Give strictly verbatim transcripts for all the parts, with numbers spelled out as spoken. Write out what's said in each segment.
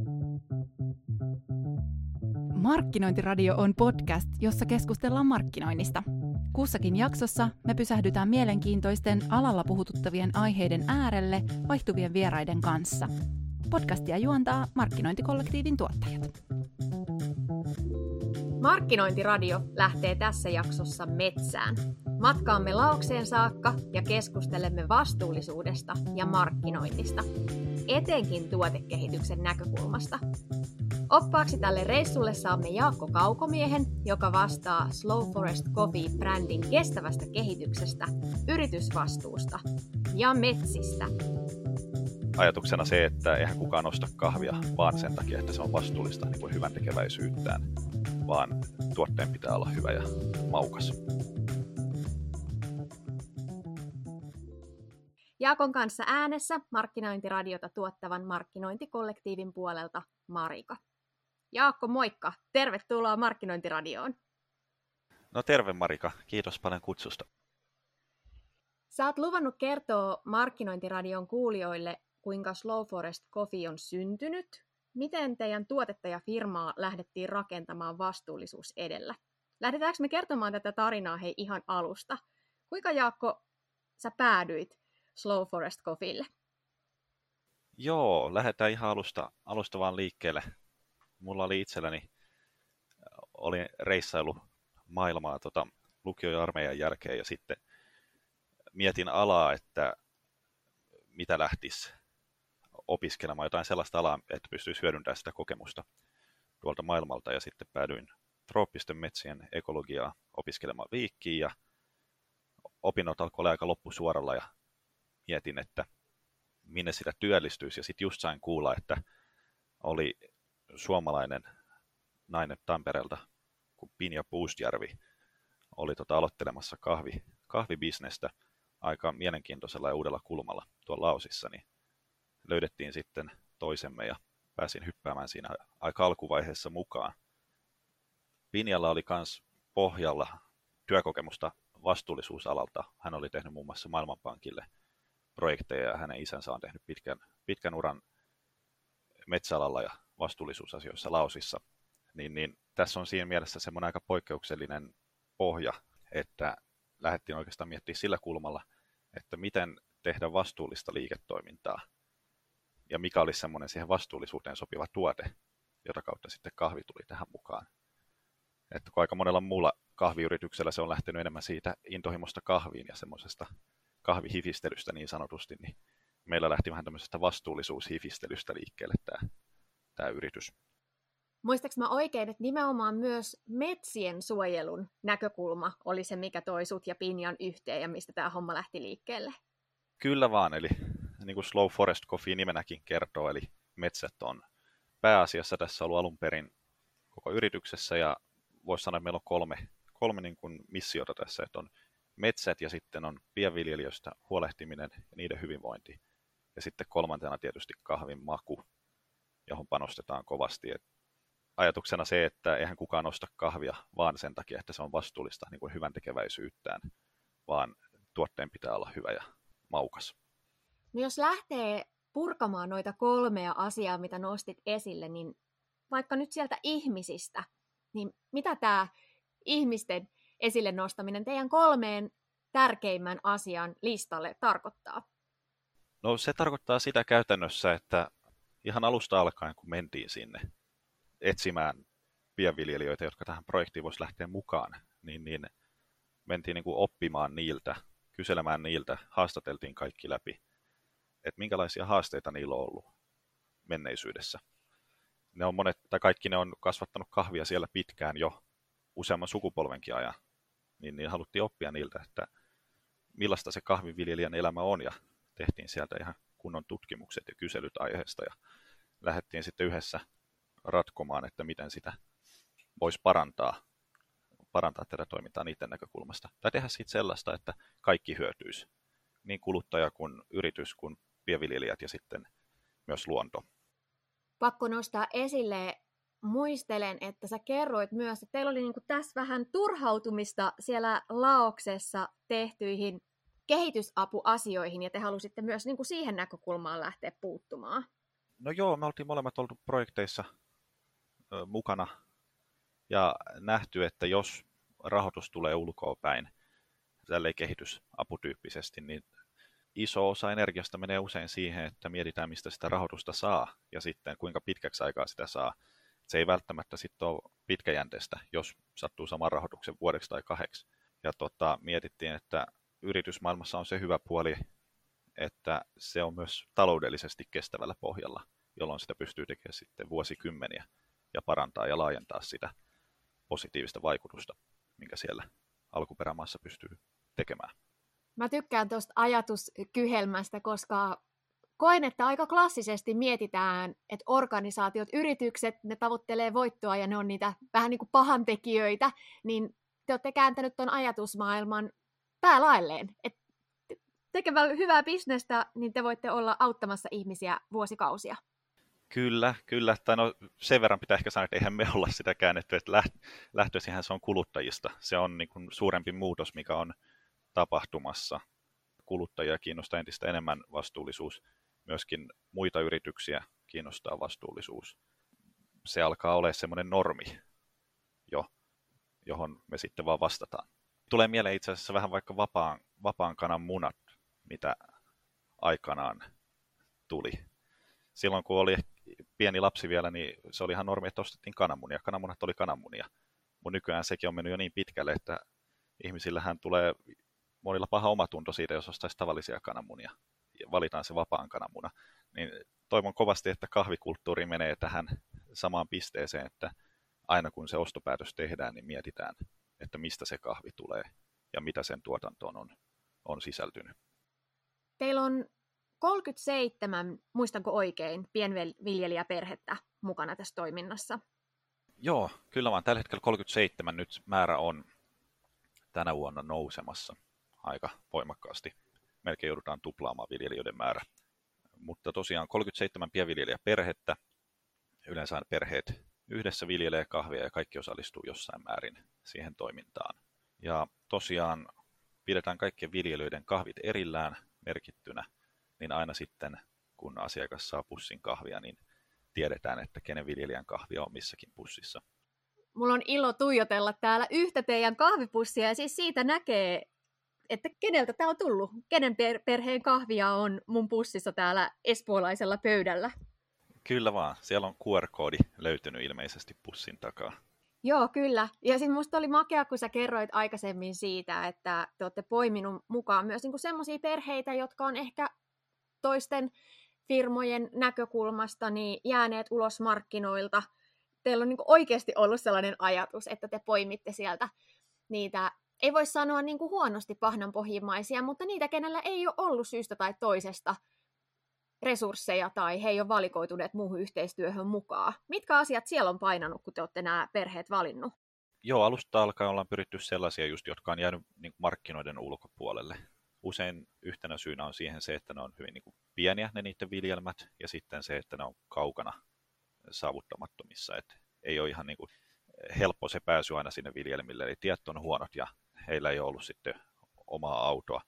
Markkinointiradio on podcast, jossa keskustellaan markkinoinnista. Kussakin jaksossa me pysähdytään mielenkiintoisten alalla puhututtavien aiheiden äärelle vaihtuvien vieraiden kanssa. Podcastia juontaa Markkinointikollektiivin tuottajat. Markkinointiradio lähtee tässä jaksossa metsään. Matkaamme Laokseen saakka ja keskustelemme vastuullisuudesta ja markkinoinnista, etenkin tuotekehityksen näkökulmasta. Oppaaksi tälle reissulle saamme Jaakko Kaukomiehen, joka vastaa Slow Forest Coffee-brändin kestävästä kehityksestä, yritysvastuusta ja metsistä. Ajatuksena se, että eihän kukaan osta kahvia vaan sen takia, että se on vastuullista niin kuin hyvän tekeväisyyttään, vaan tuotteen pitää olla hyvä ja maukas. Jaakon kanssa äänessä markkinointiradiota tuottavan markkinointikollektiivin puolelta Marika. Jaakko, moikka! Tervetuloa Markkinointiradioon. No terve Marika, kiitos paljon kutsusta. Sä oot luvannut kertoa Markkinointiradion kuulijoille, kuinka Slow Forest Coffee on syntynyt, miten teidän tuotetta ja firmaa lähdettiin rakentamaan vastuullisuus edellä. Lähdetäänkö me kertomaan tätä tarinaa hei ihan alusta? Kuinka, Jaakko, sä päädyit Slow Forest Coffeelle? Joo, lähdetään ihan alusta, alusta vaan liikkeelle. Mulla oli itselläni, oli reissailu maailmaa tota, lukio- ja armeijan jälkeen ja sitten mietin alaa, että mitä lähtisi opiskelemaan, jotain sellaista alaa, että pystyisi hyödyntämään sitä kokemusta tuolta maailmalta ja sitten päädyin trooppisten metsien ekologiaa opiskelemaan Viikkiin ja opinnot alkoi olla aika loppusuoralla ja mietin, että minne sitä työllistyisi ja sitten just sain kuulla, että oli suomalainen nainen Tampereelta, kun Pinja Puustjärvi oli tota aloittelemassa kahvi, kahvibisnestä aika mielenkiintoisella ja uudella kulmalla tuolla Laosissa, niin löydettiin sitten toisemme ja pääsin hyppäämään siinä aika alkuvaiheessa mukaan. Pinjalla oli myös pohjalla työkokemusta vastuullisuusalalta. Hän oli tehnyt muun muassa Maailmanpankille projekteja ja hänen isänsä on tehnyt pitkän, pitkän uran metsäalalla ja vastuullisuusasioissa Laosissa. Niin, niin tässä on siinä mielessä semmoinen aika poikkeuksellinen pohja, että lähdettiin oikeastaan miettimään sillä kulmalla, että miten tehdä vastuullista liiketoimintaa ja mikä olisi semmoinen siihen vastuullisuuteen sopiva tuote, jota kautta sitten kahvi tuli tähän mukaan. Että kun aika monella muulla kahviyrityksellä se on lähtenyt enemmän siitä intohimosta kahviin ja semmoisesta kahvihifistelystä niin sanotusti, niin meillä lähti vähän tämmöisestä vastuullisuushifistelystä liikkeelle tämä, tämä yritys. Muistaaks mä oikein, että nimenomaan myös metsien suojelun näkökulma oli se, mikä toi sut ja Pinjan yhteen ja mistä tämä homma lähti liikkeelle? Kyllä vaan, eli niin kuin Slow Forest Coffee nimenäkin kertoo, eli metsät on pääasiassa tässä ollut alun perin koko yrityksessä ja voisi sanoa, että meillä on kolme, kolme niin kuin missiota tässä, että on metsät ja sitten on pienviljelijöistä huolehtiminen ja niiden hyvinvointi ja sitten kolmantena tietysti kahvin maku, johon panostetaan kovasti. Et ajatuksena se, että eihän kukaan osta kahvia vaan sen takia, että se on vastuullista niin kuin hyvän tekeväisyyttään, vaan tuotteen pitää olla hyvä ja maukas. No jos lähtee purkamaan noita kolmea asiaa, mitä nostit esille, niin vaikka nyt sieltä ihmisistä, niin mitä tämä ihmisten esille nostaminen teidän kolmeen tärkeimmän asian listalle tarkoittaa? No se tarkoittaa sitä käytännössä, että ihan alusta alkaen, kun mentiin sinne etsimään pienviljelijöitä, jotka tähän projektiin voisi lähteä mukaan, niin, niin mentiin niin kuin oppimaan niiltä, kyselemään niiltä, haastateltiin kaikki läpi, että minkälaisia haasteita niillä on ollut menneisyydessä. Ne on monet, tai kaikki ne on kasvattanut kahvia siellä pitkään jo useamman sukupolvenkin ajan, niin, niin haluttiin oppia niiltä, että millaista se kahviviljelijän elämä on, ja tehtiin sieltä ihan kunnon tutkimukset ja kyselyt aiheesta, ja lähdettiin sitten yhdessä ratkomaan, että miten sitä voisi parantaa, parantaa tätä toimintaa niiden näkökulmasta. Tai tehdä siitä sellaista, että kaikki hyötyisi, niin kuluttaja kuin yritys kuin pienviljelijät ja sitten myös luonto. Pakko nostaa esille, muistelen, että sä kerroit myös, että teillä oli niinku tässä vähän turhautumista siellä Laoksessa tehtyihin kehitysapuasioihin, ja te halusitte myös niinku siihen näkökulmaan lähteä puuttumaan. No joo, me oltiin molemmat oltu projekteissa ö, mukana ja nähty, että jos rahoitus tulee ulkoa päin, tälleen kehitysaputyyppisesti, niin iso osa energiasta menee usein siihen, että mietitään, mistä sitä rahoitusta saa ja sitten kuinka pitkäksi aikaa sitä saa. Se ei välttämättä sitten ole pitkäjänteistä, jos sattuu saman rahoituksen vuodeksi tai kahdeksi. Ja tota, mietittiin, että yritysmaailmassa on se hyvä puoli, että se on myös taloudellisesti kestävällä pohjalla, jolloin sitä pystyy tekemään sitten vuosikymmeniä ja parantaa ja laajentaa sitä positiivista vaikutusta, minkä siellä alkuperämaassa pystyy tekemään. Mä tykkään tuosta ajatuskyhelmästä, koska koen, että aika klassisesti mietitään, että organisaatiot, yritykset, ne tavoittelee voittoa ja ne on niitä vähän niin kuin pahantekijöitä, niin te olette kääntänyt tuon ajatusmaailman päälailleen. Et tekemällä hyvää bisnestä, niin te voitte olla auttamassa ihmisiä vuosikausia. Kyllä, kyllä. Tai no, sen verran pitää ehkä sanoa, että eihän me olla sitä käännetty, että lähtöisinhän se on kuluttajista. Se on niin kuin suurempi muutos, mikä on tapahtumassa. Kuluttajia kiinnostaa entistä enemmän vastuullisuus. Myöskin muita yrityksiä kiinnostaa vastuullisuus. Se alkaa olla semmoinen normi jo, johon me sitten vaan vastataan. Tulee mieleen itse asiassa vähän vaikka vapaan, vapaan kanan munat, mitä aikanaan tuli. Silloin kun oli pieni lapsi vielä, niin se oli ihan normi, että ostettiin kananmunia. Kananmunat oli kananmunia. Mutta nykyään sekin on mennyt jo niin pitkälle, että ihmisillähän tulee monilla paha omatunto siitä, jos ostaisi tavallisia kananmunia. Ja valitaan se vapaan kananmuna. Niin toivon kovasti, että kahvikulttuuri menee tähän samaan pisteeseen, että aina kun se ostopäätös tehdään, niin mietitään, että mistä se kahvi tulee ja mitä sen tuotantoon on, on sisältynyt. Teillä on kolmekymmentäseitsemän, muistanko oikein, pienviljelijäperhettä mukana tässä toiminnassa? Joo, kyllä vaan. Tällä hetkellä kolmekymmentäseitsemän nyt määrä on tänä vuonna nousemassa aika voimakkaasti. Melkein joudutaan tuplaamaan viljelijöiden määrä. Mutta tosiaan kolmekymmentäseitsemän pienviljelijäperhettä. Yleensä aina perheet yhdessä viljelee kahvia ja kaikki osallistuu jossain määrin siihen toimintaan. Ja tosiaan pidetään kaikkien viljelijöiden kahvit erillään merkittynä, niin aina sitten kun asiakas saa pussin kahvia, niin tiedetään, että kenen viljelijän kahvia on missäkin pussissa. Mulla on ilo tuijotella täällä yhtä teidän kahvipussia ja siis siitä näkee, että keneltä tämä on tullut. Kenen per- perheen kahvia on mun pussissa täällä espoolaisella pöydällä. Kyllä vaan. Siellä on Q R-koodi löytynyt ilmeisesti pussin takaa. Joo, kyllä. Ja sitten musta oli makea, kun sä kerroit aikaisemmin siitä, että te olette poiminut mukaan myös niinku semmoisia perheitä, jotka on ehkä toisten firmojen näkökulmasta niin jääneet ulos markkinoilta. Teillä on niinku oikeasti ollut sellainen ajatus, että te poimitte sieltä niitä, ei voi sanoa niinku huonosti pahnanpohjimmaisia, mutta niitä, kenellä ei ole ollut syystä tai toisesta resursseja tai he ei ole valikoituneet muuhun yhteistyöhön mukaan. Mitkä asiat siellä on painanut, kun te olette nämä perheet valinnut? Joo, alusta alkaen ollaan pyritty sellaisia, just, jotka on jäänyt niin kuin markkinoiden ulkopuolelle. Usein yhtenä syynä on siihen se, että ne on hyvin niin kuin pieniä ne niiden viljelmät, ja sitten se, että ne on kaukana saavuttamattomissa. Et ei ole ihan niin kuin helppo se pääsy aina sinne viljelmille, eli tiet on huonot ja heillä ei ole ollut sitten omaa autoa.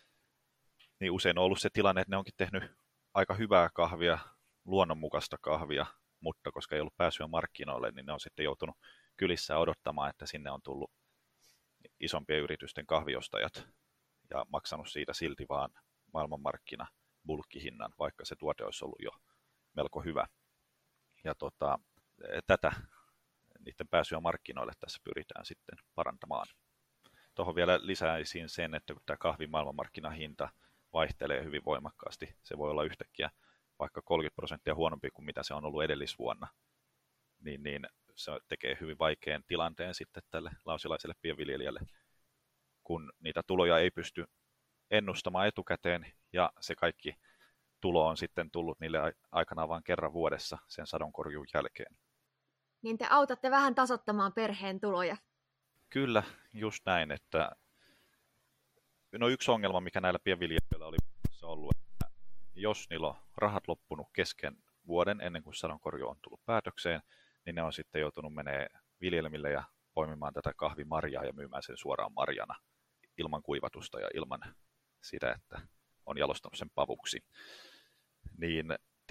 Niin usein on ollut se tilanne, että ne onkin tehnyt aika hyvää kahvia, luonnonmukaista kahvia, mutta koska ei ollut pääsyä markkinoille, niin ne on sitten joutunut kylissä odottamaan, että sinne on tullut isompien yritysten kahviostajat ja maksanut siitä silti vaan maailmanmarkkina bulkkihinnan, vaikka se tuote olisi ollut jo melko hyvä. Ja tota, tätä niiden pääsyä markkinoille tässä pyritään sitten parantamaan. Tuohon vielä lisäisin sen, että kun tämä kahvin maailmanmarkkinahinta vaihtelee hyvin voimakkaasti, se voi olla yhtäkkiä vaikka kolmekymmentä prosenttia huonompi kuin mitä se on ollut edellisvuonna, niin, niin se tekee hyvin vaikean tilanteen sitten tälle lausilaiselle pienviljelijälle, kun niitä tuloja ei pysty ennustamaan etukäteen ja se kaikki tulo on sitten tullut niille aikanaan vain kerran vuodessa sen sadonkorjuun jälkeen. Niin te autatte vähän tasoittamaan perheen tuloja. Kyllä, just näin, että no yksi ongelma, mikä näillä pienviljelijöillä oli ollut, että jos niillä on rahat loppunut kesken vuoden ennen kuin sadonkorju on tullut päätökseen, niin ne on sitten joutunut menemään viljelmille ja poimimaan tätä kahvimarjaa ja myymään sen suoraan marjana ilman kuivatusta ja ilman sitä, että on jalostanut sen pavuksi. Niin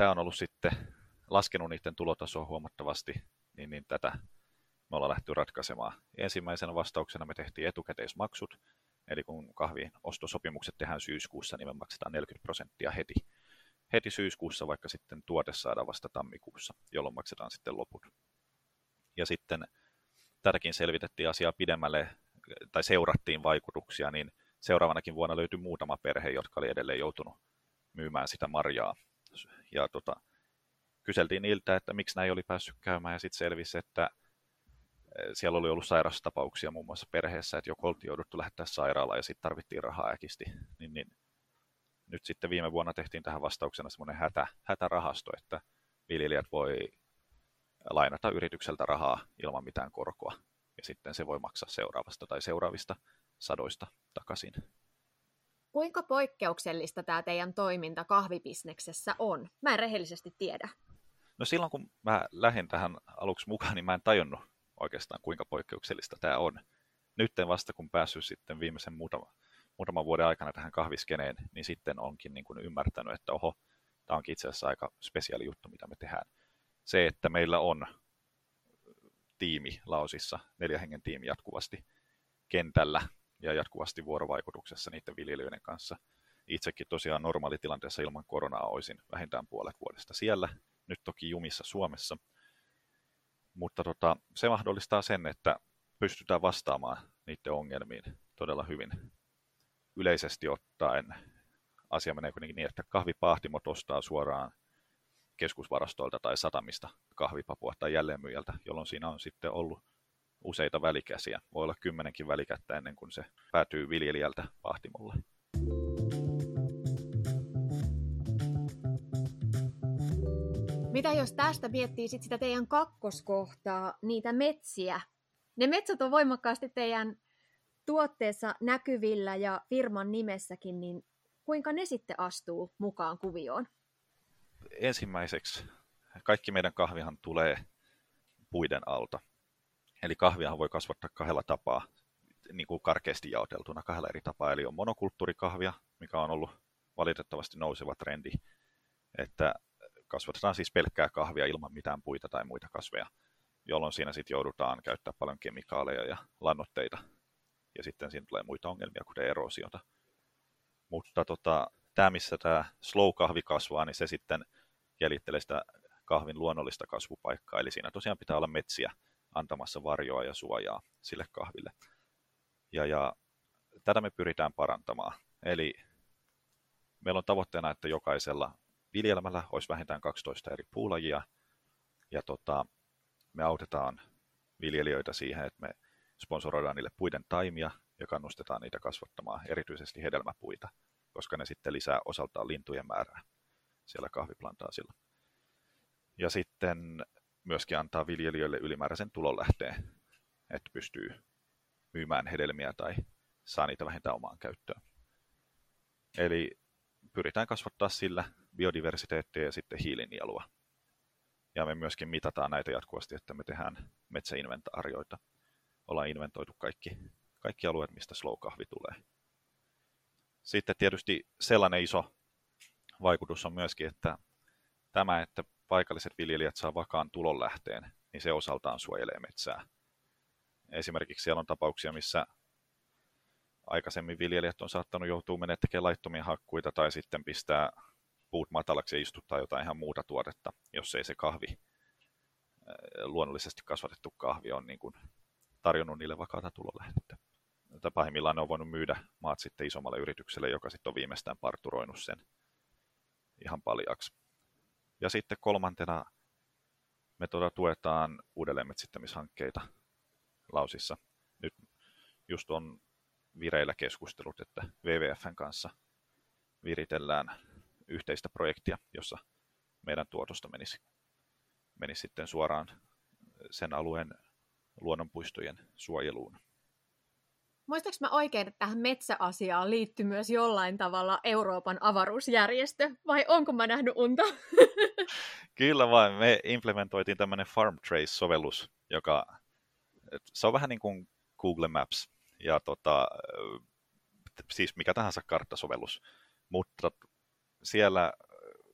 tämä on ollut sitten laskenut niiden tulotasoa huomattavasti, niin, niin tätä me ollaan lähty ratkaisemaan. Ensimmäisenä vastauksena me tehtiin etukäteismaksut, eli kun kahvin ostosopimukset tehdään syyskuussa, niin me maksetaan neljäkymmentä prosenttia heti. Heti syyskuussa, vaikka sitten tuote saadaan vasta tammikuussa, jolloin maksetaan sitten loput. Ja sitten tätäkin selvitettiin asiaa pidemmälle, tai seurattiin vaikutuksia, niin seuraavanakin vuonna löytyi muutama perhe, jotka oli edelleen joutunut myymään sitä marjaa. Ja tota, kyseltiin niiltä, että miksi näin oli päässyt käymään, ja sitten selvisi, että siellä oli ollut sairastapauksia muun muassa perheessä, että joko oltiin jouduttu lähettää sairaalaan ja sitten tarvittiin rahaa äkisti. Niin, niin, nyt sitten viime vuonna tehtiin tähän vastauksena semmoinen hätä, hätärahasto, että viljelijät voi lainata yritykseltä rahaa ilman mitään korkoa. Ja sitten se voi maksaa seuraavasta tai seuraavista sadoista takaisin. Kuinka poikkeuksellista tämä teidän toiminta kahvibisneksessä on? Mä en rehellisesti tiedä. No silloin kun mä lähdin tähän aluksi mukaan, niin mä en tajunnut oikeastaan kuinka poikkeuksellista tämä on. Nyt vasta kun päässyt sitten viimeisen muutama, muutaman vuoden aikana tähän kahviskeneen, niin sitten onkin niin kuin ymmärtänyt, että oho, tämä onkin itse asiassa aika spesiaali juttu, mitä me tehdään. Se, että meillä on tiimi Laosissa, neljä hengen tiimi jatkuvasti kentällä ja jatkuvasti vuorovaikutuksessa niiden viljelijöiden kanssa. Itsekin tosiaan normaalitilanteessa ilman koronaa olisin vähintään puolet vuodesta siellä, nyt toki jumissa Suomessa. Mutta tota, se mahdollistaa sen, että pystytään vastaamaan niiden ongelmiin todella hyvin. Yleisesti ottaen asia menee kuitenkin niin, että kahvipaahtimot ostaa suoraan keskusvarastoilta tai satamista kahvipapua tai jälleenmyyjältä, jolloin siinä on sitten ollut useita välikäsiä. Voi olla kymmenenkin välikättä ennen kuin se päätyy viljelijältä pahtimolle. Mitä jos tästä miettii sit sitä teidän kakkoskohtaa, niitä metsiä? Ne metsät on voimakkaasti teidän tuotteessa näkyvillä ja firman nimessäkin, niin kuinka ne sitten astuu mukaan kuvioon? Ensimmäiseksi kaikki meidän kahvihan tulee puiden alta. Eli kahviahan voi kasvattaa kahdella tapaa, niin kuin karkeasti jaoteltuna kahdella eri tapaa. Eli on monokulttuurikahvia, mikä on ollut valitettavasti nouseva trendi, että kasvatetaan siis pelkkää kahvia ilman mitään puita tai muita kasveja, jolloin siinä sitten joudutaan käyttämään paljon kemikaaleja ja lannoitteita. Ja sitten siinä tulee muita ongelmia, kuten eroosiota. Mutta tota, tämä, missä tämä slow-kahvi kasvaa, niin se sitten jäljittelee sitä kahvin luonnollista kasvupaikkaa. Eli siinä tosiaan pitää olla metsiä antamassa varjoa ja suojaa sille kahville. Ja, ja tätä me pyritään parantamaan. Eli meillä on tavoitteena, että jokaisella viljelmällä olisi vähintään kaksitoista eri puulajia. Ja tota, me autetaan viljelijöitä siihen, että me sponsoroidaan niille puiden taimia ja kannustetaan niitä kasvattamaan, erityisesti hedelmäpuita, koska ne sitten lisää osaltaan lintujen määrää siellä kahviplantaasilla. Ja sitten myöskin antaa viljelijöille ylimääräisen tulonlähteen, että pystyy myymään hedelmiä tai saa niitä vähintään omaan käyttöön. Eli pyritään kasvattaa sillä biodiversiteettiä ja sitten hiilinielua. Ja me myöskin mitataan näitä jatkuvasti, että me tehdään metsäinventaarioita. Ollaan inventoitu kaikki, kaikki alueet, mistä slow-kahvi tulee. Sitten tietysti sellainen iso vaikutus on myöskin, että tämä, että paikalliset viljelijät saa vakaan tulonlähteen, niin se osaltaan suojelee metsää. Esimerkiksi siellä on tapauksia, missä aikaisemmin viljelijät on saattanut joutua menemään tekemään laittomia hakkuita tai sitten pistää puut matalaksi ja istuttaa jotain ihan muuta tuotetta, jos ei se kahvi, luonnollisesti kasvatettu kahvi on niin kuin tarjonnut niille vakaata tulonlähdettä. Pahimmillaan ne on voinut myydä maat sitten isommalle yritykselle, joka sitten on viimeistään parturoinut sen ihan paljaksi. Ja sitten kolmantena me tuota tuetaan uudelleenmetsittämishankkeita Laosissa. Nyt just on vireillä keskustelut, että W W F:n kanssa viritellään yhteistä projektia, jossa meidän tuotosta menisi, menisi sitten suoraan sen alueen luonnonpuistojen suojeluun. Muistaaks mä oikein, että tähän metsäasiaan liittyy myös jollain tavalla Euroopan avaruusjärjestö, vai onko mä nähnyt unta? Kyllä vain, me implementoitiin tämmöinen Farm Trace-sovellus, joka se on vähän niin kuin Google Maps, ja tota, siis mikä tahansa karttasovellus, mutta siellä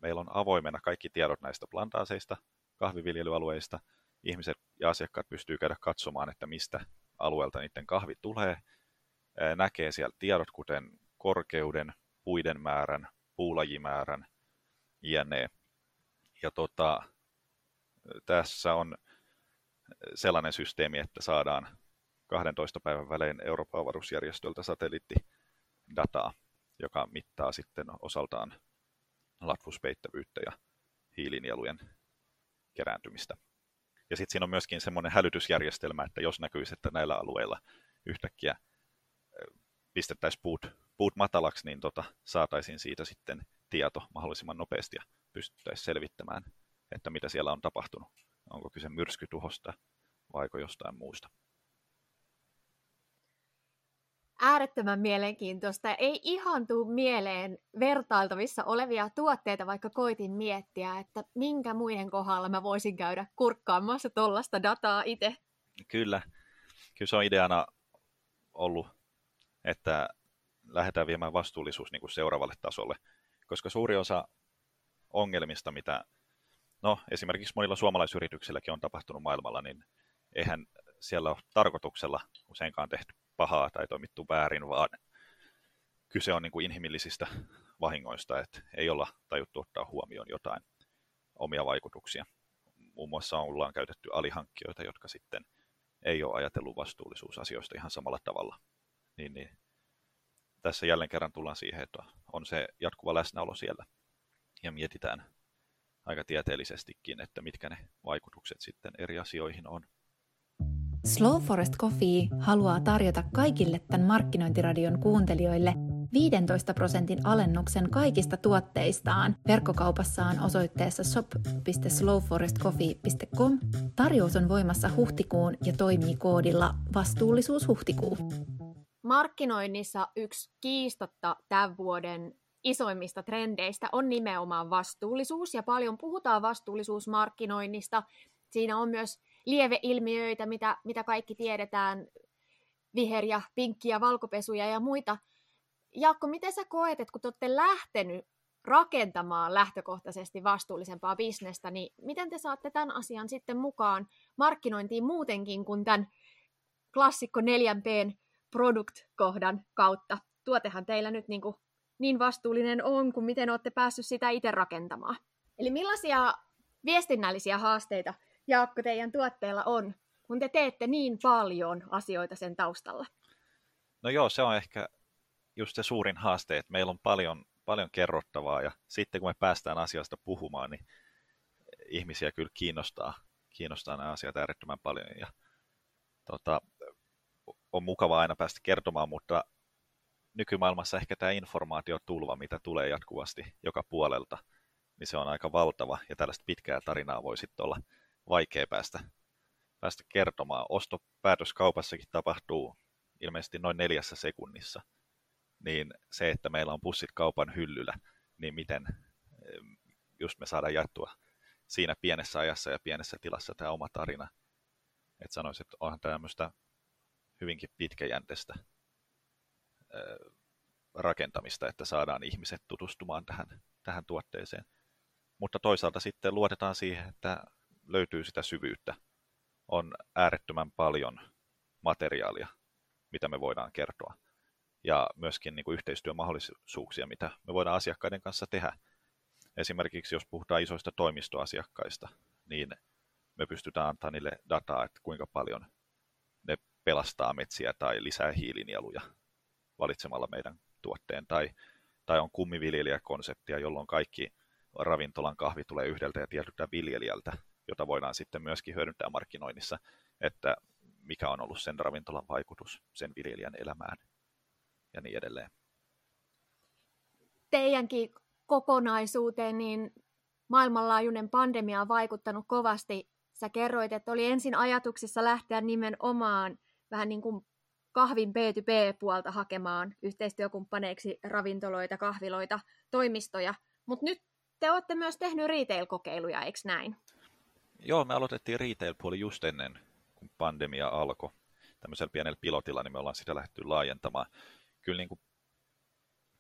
meillä on avoimena kaikki tiedot näistä plantaaseista, kahviviljelyalueista. Ihmiset ja asiakkaat pystyy käydä katsomaan, että mistä alueelta niiden kahvi tulee. Näkee siellä tiedot, kuten korkeuden, puiden määrän, puulajimäärän, jne. Ja tota, tässä on sellainen systeemi, että saadaan kahdentoista päivän välein Euroopan avaruusjärjestöltä satelliittidataa, joka mittaa sitten osaltaan latvuspeittävyyttä ja hiilinielujen kerääntymistä. Ja sitten siinä on myöskin semmoinen hälytysjärjestelmä, että jos näkyisi, että näillä alueilla yhtäkkiä pistettäisiin puut, puut matalaksi, niin tota, saataisiin siitä sitten tieto mahdollisimman nopeasti ja pystyttäisiin selvittämään, että mitä siellä on tapahtunut. Onko kyse myrskytuhosta vai jostain muusta. Äärettömän mielenkiintoista. Ei ihan tule mieleen vertailtavissa olevia tuotteita, vaikka koitin miettiä, että minkä muiden kohdalla mä voisin käydä kurkkaamassa tuollaista dataa itse. Kyllä. Kyllä se on ideana ollut, että lähdetään viemään vastuullisuus niin kuin seuraavalle tasolle, koska suuri osa ongelmista, mitä no, esimerkiksi monilla suomalaisyrityksilläkin on tapahtunut maailmalla, niin eihän siellä ole tarkoituksella useinkaan tehty pahaa tai toimittu väärin, vaan kyse on niin kuin inhimillisistä vahingoista, että ei olla tajuttu ottaa huomioon jotain omia vaikutuksia. Muun muassa ollaan käytetty alihankkijoita, jotka sitten ei ole ajatellut vastuullisuusasioista ihan samalla tavalla. Niin, niin. Tässä jälleen kerran tullaan siihen, että on se jatkuva läsnäolo siellä ja mietitään aika tieteellisestikin, että mitkä ne vaikutukset sitten eri asioihin on. Slow Forest Coffee haluaa tarjota kaikille tämän Markkinointiradion kuuntelijoille viisitoista prosentin alennuksen kaikista tuotteistaan verkkokaupassaan osoitteessa shop piste slow forest coffee piste com. Tarjous on voimassa huhtikuun ja toimii koodilla vastuullisuushuhtikuu. Markkinoinnissa yksi kiistatta tämän vuoden isoimmista trendeistä on nimenomaan vastuullisuus, ja paljon puhutaan vastuullisuusmarkkinoinnista. Siinä on myös lieveilmiöitä, mitä, mitä kaikki tiedetään, viher- ja pinkki- ja valkopesuja ja muita. Jaakko, miten sä koet, että kun te olette lähtenyt rakentamaan lähtökohtaisesti vastuullisempaa bisnestä, niin miten te saatte tämän asian sitten mukaan markkinointiin muutenkin kuin tämän klassikko neljä P:n product-kohdan kautta? Tuotehan teillä nyt niin, kuin niin vastuullinen on, kuin miten olette päässyt sitä itse rakentamaan. Eli millaisia viestinnällisiä haasteita, Jaakko, teidän tuotteella on, kun te teette niin paljon asioita sen taustalla? No joo, se on ehkä just se suurin haaste, että meillä on paljon, paljon kerrottavaa, ja sitten kun me päästään asiasta puhumaan, niin ihmisiä kyllä kiinnostaa, kiinnostaa nämä asiat äärettömän paljon, ja tota, on mukava aina päästä kertomaan, mutta nykymaailmassa ehkä tämä informaatiotulva, mitä tulee jatkuvasti joka puolelta, niin se on aika valtava, ja tällaista pitkää tarinaa voi sitten olla vaikea päästä, päästä kertomaan. Ostopäätös kaupassakin tapahtuu ilmeisesti noin neljässä sekunnissa, niin se, että meillä on pussit kaupan hyllyllä, niin miten just me saadaan jaettua siinä pienessä ajassa ja pienessä tilassa tämä oma tarina. Että sanoisin, että onhan tämmöistä hyvinkin pitkäjänteistä rakentamista, että saadaan ihmiset tutustumaan tähän, tähän tuotteeseen. Mutta toisaalta sitten luotetaan siihen, että löytyy sitä syvyyttä. On äärettömän paljon materiaalia, mitä me voidaan kertoa. Ja myöskin niin kuin yhteistyömahdollisuuksia, mitä me voidaan asiakkaiden kanssa tehdä. Esimerkiksi jos puhutaan isoista toimistoasiakkaista, niin me pystytään antamaan niille dataa, että kuinka paljon ne pelastaa metsiä tai lisää hiilinieluja valitsemalla meidän tuotteen. Tai, tai on kummiviljelijäkonseptia, jolloin kaikki ravintolan kahvi tulee yhdeltä ja tietyltä viljelijältä, jota voidaan sitten myöskin hyödyntää markkinoinnissa, että mikä on ollut sen ravintolan vaikutus sen viljelijän elämään ja niin edelleen. Teidänkin kokonaisuuteen niin maailmanlaajuinen pandemia on vaikuttanut kovasti. Sä kerroit, että oli ensin ajatuksissa lähteä nimenomaan vähän niin kuin kahvin B to B-puolta hakemaan yhteistyökumppaneiksi ravintoloita, kahviloita, toimistoja, mutta nyt te olette myös tehnyt retail-kokeiluja, eikö näin? Joo, me aloitettiin retail-puoli just ennen, kun pandemia alkoi. Tämmöisellä pienellä pilotilla, niin me ollaan sitä lähdetty laajentamaan. Kyllä niin kuin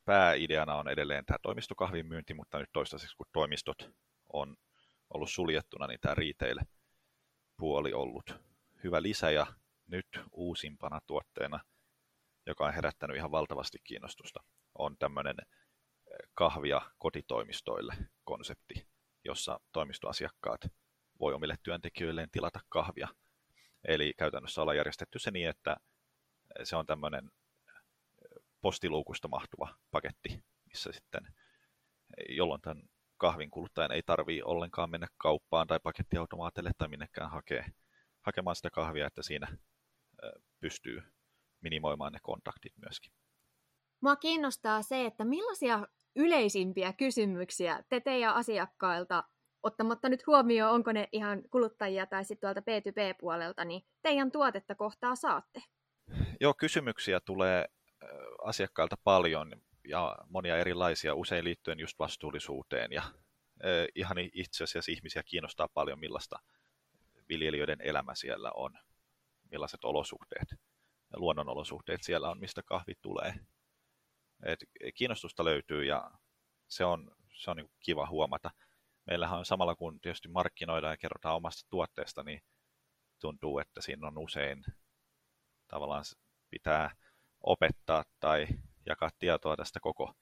pääideana on edelleen tämä toimistokahvin myynti, mutta nyt toistaiseksi kun toimistot on ollut suljettuna, niin tämä retail-puoli ollut hyvä lisä ja nyt uusimpana tuotteena, joka on herättänyt ihan valtavasti kiinnostusta, on tämmöinen kahvia kotitoimistoille konsepti, jossa toimistoasiakkaat voi omille työntekijöilleen tilata kahvia. Eli käytännössä ollaan järjestetty se niin, että se on tämmöinen postiluukusta mahtuva paketti, missä sitten, jolloin tämän kahvin kuluttajan ei tarvitse ollenkaan mennä kauppaan tai pakettiautomaatille tai minnekään hakee, hakemaan sitä kahvia, että siinä pystyy minimoimaan ne kontaktit myöskin. Mua kiinnostaa se, että millaisia yleisimpiä kysymyksiä te teidän asiakkailta, ottamatta nyt huomioon, onko ne ihan kuluttajia tai sitten tuolta B to B-puolelta, niin teidän tuotetta kohtaa saatte? Joo, kysymyksiä tulee asiakkailta paljon ja monia erilaisia, usein liittyen just vastuullisuuteen. Ja ihan itse asiassa ihmisiä kiinnostaa paljon, millaista viljelijöiden elämä siellä on, millaiset olosuhteet ja luonnonolosuhteet siellä on, mistä kahvi tulee. Et kiinnostusta löytyy ja se on, se on niin kiva huomata. Meillähän on samalla kun tietysti markkinoidaan ja kerrotaan omasta tuotteesta, niin tuntuu, että siinä on usein tavallaan pitää opettaa tai jakaa tietoa tästä koko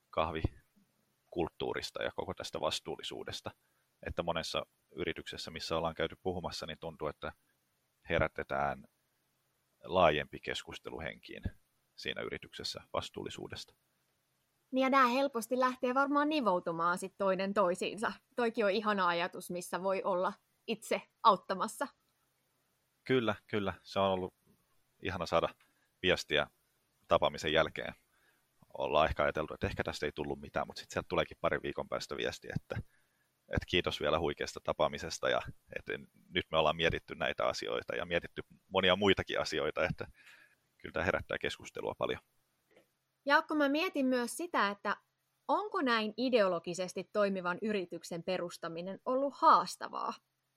kahvikulttuurista ja koko tästä vastuullisuudesta. Että monessa yrityksessä, missä ollaan käyty puhumassa, niin tuntuu, että herätetään laajempi keskustelu henkiin siinä yrityksessä vastuullisuudesta. Niin ja nämä helposti lähtee varmaan nivoutumaan sit toinen toisiinsa. Toikin on ihana ajatus, missä voi olla itse auttamassa. Kyllä, kyllä. Se on ollut ihana saada viestiä tapaamisen jälkeen. Ollaan ehkä ajateltu, että ehkä tästä ei tullut mitään, mutta sitten sieltä tuleekin parin viikon päästä viestiä, että, että kiitos vielä huikeasta tapaamisesta ja että nyt me ollaan mietitty näitä asioita ja mietitty monia muitakin asioita, että kyllä tämä herättää keskustelua paljon. Jaakko, mä mietin myös sitä, että onko näin ideologisesti toimivan yrityksen perustaminen ollut haastavaa?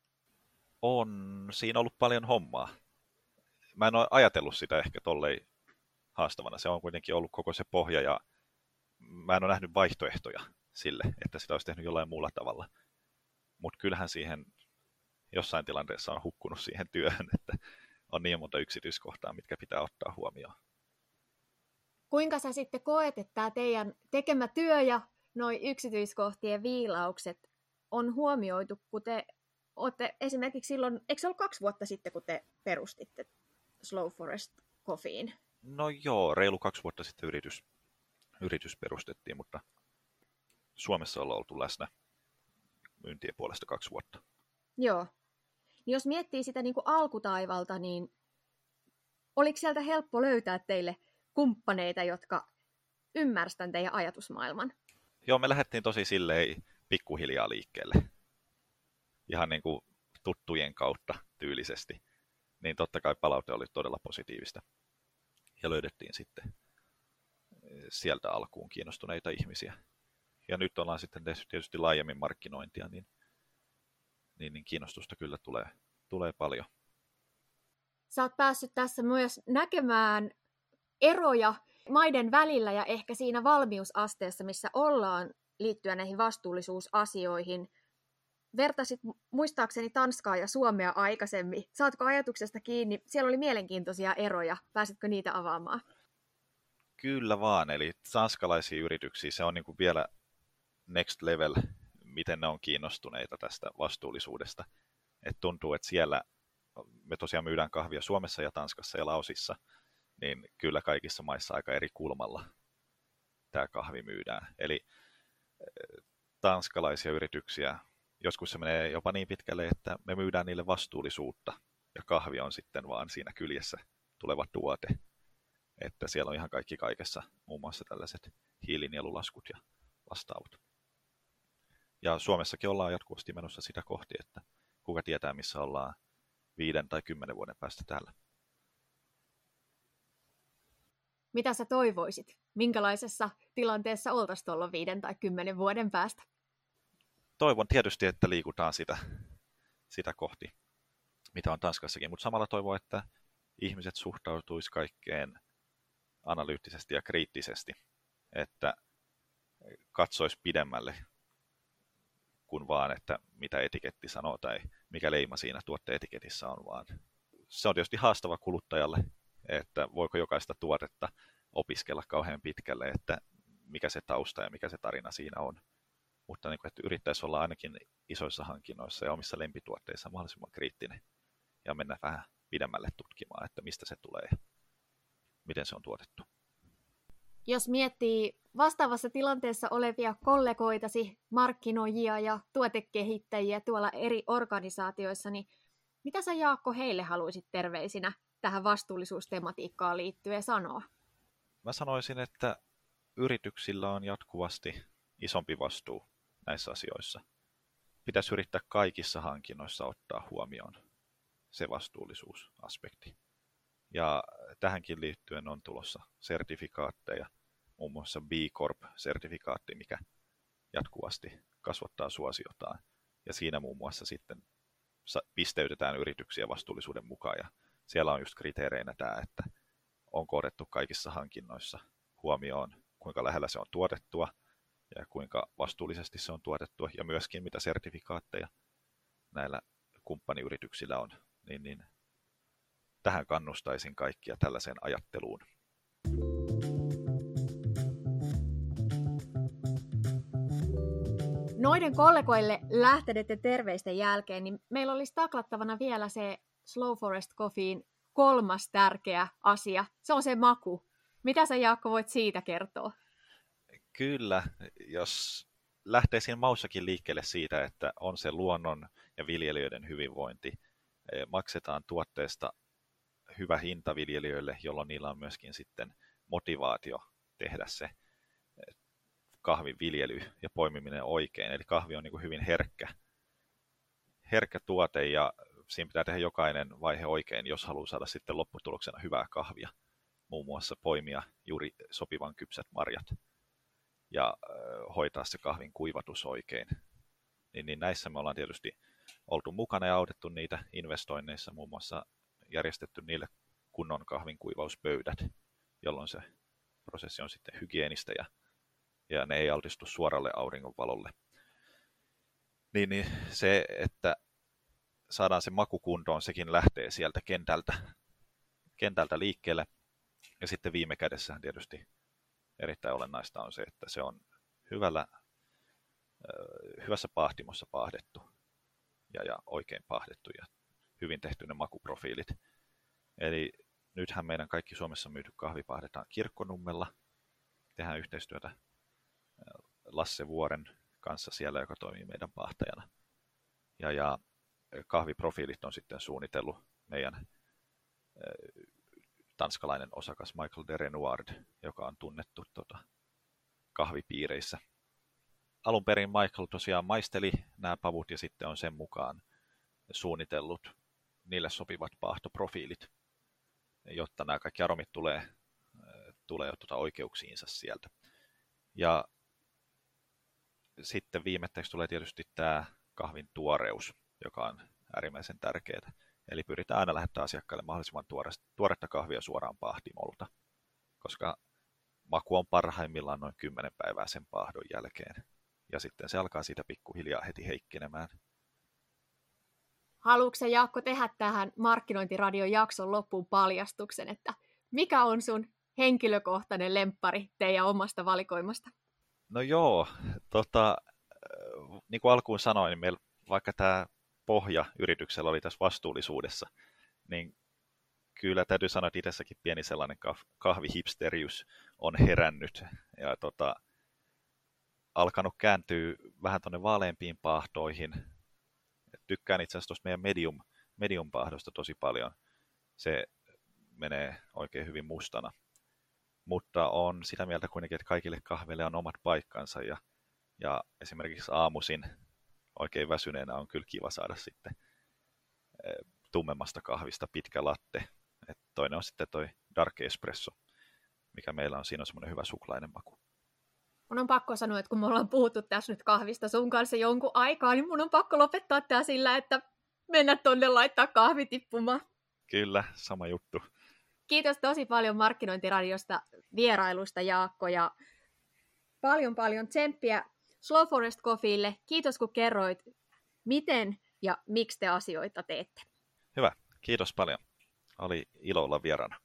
On siinä ollut paljon hommaa. Mä en ole ajatellut sitä ehkä tollei haastavana. Se on kuitenkin ollut koko se pohja ja mä en ole nähnyt vaihtoehtoja sille, että sitä olisi tehnyt jollain muulla tavalla. Mutta kyllähän siihen jossain tilanteessa on hukkunut siihen työhön, että on niin monta yksityiskohtaa, mitkä pitää ottaa huomioon. Kuinka sä sitten koet, että tämä teidän tekemä työ ja noi yksityiskohtien viilaukset on huomioitu, kun te olette esimerkiksi silloin, eikö se ollut kaksi vuotta sitten, kun te perustitte Slow Forest Coffeen? No joo, reilu kaksi vuotta sitten yritys, yritys perustettiin, mutta Suomessa ollaan oltu läsnä myyntien puolesta kaksi vuotta. Joo. Niin jos miettii sitä niin kuin alkutaivalta, niin oliko sieltä helppo löytää teille kumppaneita, jotka ymmärsivät teidän ajatusmaailman? Joo, me lähdettiin tosi silleen pikkuhiljaa liikkeelle. Ihan niin kuin tuttujen kautta tyylisesti. Niin totta kai palaute oli todella positiivista. Ja löydettiin sitten sieltä alkuun kiinnostuneita ihmisiä. Ja nyt ollaan sitten tehty tietysti laajemmin markkinointia, niin, niin, niin kiinnostusta kyllä tulee, tulee paljon. Sä oot päässyt tässä myös näkemään eroja maiden välillä ja ehkä siinä valmiusasteessa, missä ollaan liittyen näihin vastuullisuusasioihin. Vertasit muistaakseni Tanskaa ja Suomea aikaisemmin. Saatko ajatuksesta kiinni? Siellä oli mielenkiintoisia eroja. Pääsitkö niitä avaamaan? Kyllä vaan. Eli tanskalaisia yrityksiä se on niin kuin vielä next level, miten ne on kiinnostuneita tästä vastuullisuudesta. Et tuntuu, että siellä me tosiaan myydään kahvia Suomessa ja Tanskassa ja Laosissa, niin kyllä kaikissa maissa aika eri kulmalla tämä kahvi myydään. Eli tanskalaisia yrityksiä, joskus se menee jopa niin pitkälle, että me myydään niille vastuullisuutta ja kahvi on sitten vaan siinä kyljessä tuleva tuote. Että siellä on ihan kaikki kaikessa, muun muassa tällaiset hiilinielulaskut ja vastaavat. Ja Suomessakin ollaan jatkuvasti menossa sitä kohti, että kuka tietää missä ollaan viiden tai kymmenen vuoden päästä täällä. Mitä sä toivoisit? Minkälaisessa tilanteessa oltaisiin tuolla viiden tai kymmenen vuoden päästä? Toivon tietysti, että liikutaan sitä, sitä kohti, mitä on Tanskassakin, mutta samalla toivon, että ihmiset suhtautuisivat kaikkeen analyyttisesti ja kriittisesti. että katsoisi pidemmälle kuin vaan, että mitä etiketti sanoo tai mikä leima siinä tuotteetiketissä on, vaan se on tietysti haastava kuluttajalle, että voiko jokaista tuotetta opiskella kauhean pitkälle, että mikä se tausta ja mikä se tarina siinä on. Mutta niin kuin, että yrittäisi olla ainakin isoissa hankinnoissa ja omissa lempituotteissa mahdollisimman kriittinen ja mennä vähän pidemmälle tutkimaan, että mistä se tulee ja miten se on tuotettu. Jos miettii vastaavassa tilanteessa olevia kollegoitasi, markkinoijia ja tuotekehittäjiä tuolla eri organisaatioissa, niin mitä sä Jaakko heille haluaisit terveisinä tähän vastuullisuustematiikkaan liittyen sanoa? Mä sanoisin, että yrityksillä on jatkuvasti isompi vastuu näissä asioissa. Pitäisi yrittää kaikissa hankinnoissa ottaa huomioon se vastuullisuusaspekti. Ja tähänkin liittyen on tulossa sertifikaatteja, muun muassa B Corp-sertifikaatti, mikä jatkuvasti kasvattaa suosiotaan. Ja siinä muun muassa sitten pisteytetään yrityksiä vastuullisuuden mukaan. Ja siellä on just kriteereinä tämä, että onko otettu kaikissa hankinnoissa huomioon, kuinka lähellä se on tuotettua ja kuinka vastuullisesti se on tuotettua. Ja myöskin mitä sertifikaatteja näillä kumppaniyrityksillä on, niin, niin tähän kannustaisin kaikkia tällaiseen ajatteluun. Noiden kollegoille lähteneiden terveisten jälkeen, niin meillä olisi taklattavana vielä se Slow Forest Coffeen kolmas tärkeä asia. Se on se maku. Mitä sä Jaakko voit siitä kertoa? Kyllä, jos lähtee siinä maussakin liikkeelle siitä, että on se luonnon ja viljelijöiden hyvinvointi, maksetaan tuotteesta hyvä hinta viljelijöille, jolloin niillä on myöskin sitten motivaatio tehdä se kahvin viljely ja poimiminen oikein. Eli kahvi on niin kuin hyvin herkkä, herkkä tuote ja siinä pitää tehdä jokainen vaihe oikein, jos haluaa saada sitten lopputuloksena hyvää kahvia. Muun muassa poimia juuri sopivan kypsät marjat ja hoitaa se kahvin kuivatus oikein. Niin, niin näissä me ollaan tietysti oltu mukana ja autettu niitä investoinneissa, muun muassa järjestetty niille kunnon kahvin kuivauspöydät, jolloin se prosessi on sitten hygienistä ja, ja ne ei altistu suoralle auringonvalolle. Niin, niin se, että saadaan se maku kuntoon, sekin lähtee sieltä kentältä, kentältä liikkeelle. Ja sitten viime kädessähän tietysti erittäin olennaista on se, että se on hyvällä, hyvässä paahtimossa paahdettu ja, ja oikein paahdettu ja hyvin tehty ne makuprofiilit. Eli nythän meidän kaikki Suomessa myyty kahvi paahdetaan Kirkkonummella. Tehdään yhteistyötä Lasse Vuoren kanssa siellä, joka toimii meidän paahtajana. Ja, ja kahviprofiilit on sitten suunnitellut meidän tanskalainen osakas Michael de Renoir, joka on tunnettu tota, kahvipiireissä. Alun perin Michael tosiaan maisteli nämä pavut ja sitten on sen mukaan suunnitellut niille sopivat paahtoprofiilit, jotta nämä kaikki aromit tulee, tulee tuota oikeuksiinsa sieltä. Ja sitten viimeiseksi tulee tietysti tämä kahvin tuoreus, joka on äärimmäisen tärkeää. Eli pyritään aina lähettämään asiakkaille mahdollisimman tuoretta kahvia suoraan paahtimolta, koska maku on parhaimmillaan noin kymmenen päivää sen paahdon jälkeen. Ja sitten se alkaa siitä pikkuhiljaa heti heikkenemään. Haluatko sä, Jaakko, tehdä tähän Markkinointiradion jakson loppuun paljastuksen, että mikä on sun henkilökohtainen lemppari teidän omasta valikoimasta? No joo, tota, niin kuin alkuun sanoin, niin meillä, vaikka tämä pohja yrityksellä oli tässä vastuullisuudessa, niin kyllä täytyy sanoa, että itsessäkin pieni sellainen kahvihipsterius on herännyt ja tota, alkanut kääntyä vähän tuonne vaaleampiin paahtoihin. Tykkään itse asiassa tuosta meidän medium, medium-paahdosta tosi paljon. Se menee oikein hyvin mustana. Mutta on sitä mieltä kuitenkin, että kaikille kahveille on omat paikkansa ja, ja esimerkiksi aamuisin oikein väsyneenä on kyllä kiva saada sitten tummemmasta kahvista pitkä latte. Et toinen on sitten toi dark espresso, mikä meillä on, siinä on semmoinen hyvä suklainen maku. Mun on pakko sanoa, että kun me ollaan puhuttu tässä nyt kahvista sun kanssa jonkun aikaa, niin mun on pakko lopettaa tää sillä, että mennä tonne laittaa kahvi tippumaan. Kyllä, sama juttu. Kiitos tosi paljon Markkinointiradiosta vierailusta, Jaakko, ja paljon paljon tsemppiä Slow Forest Coffeelle. Kiitos kun kerroit, miten ja miksi te asioita teette. Hyvä, kiitos paljon. Oli ilo olla vieraana.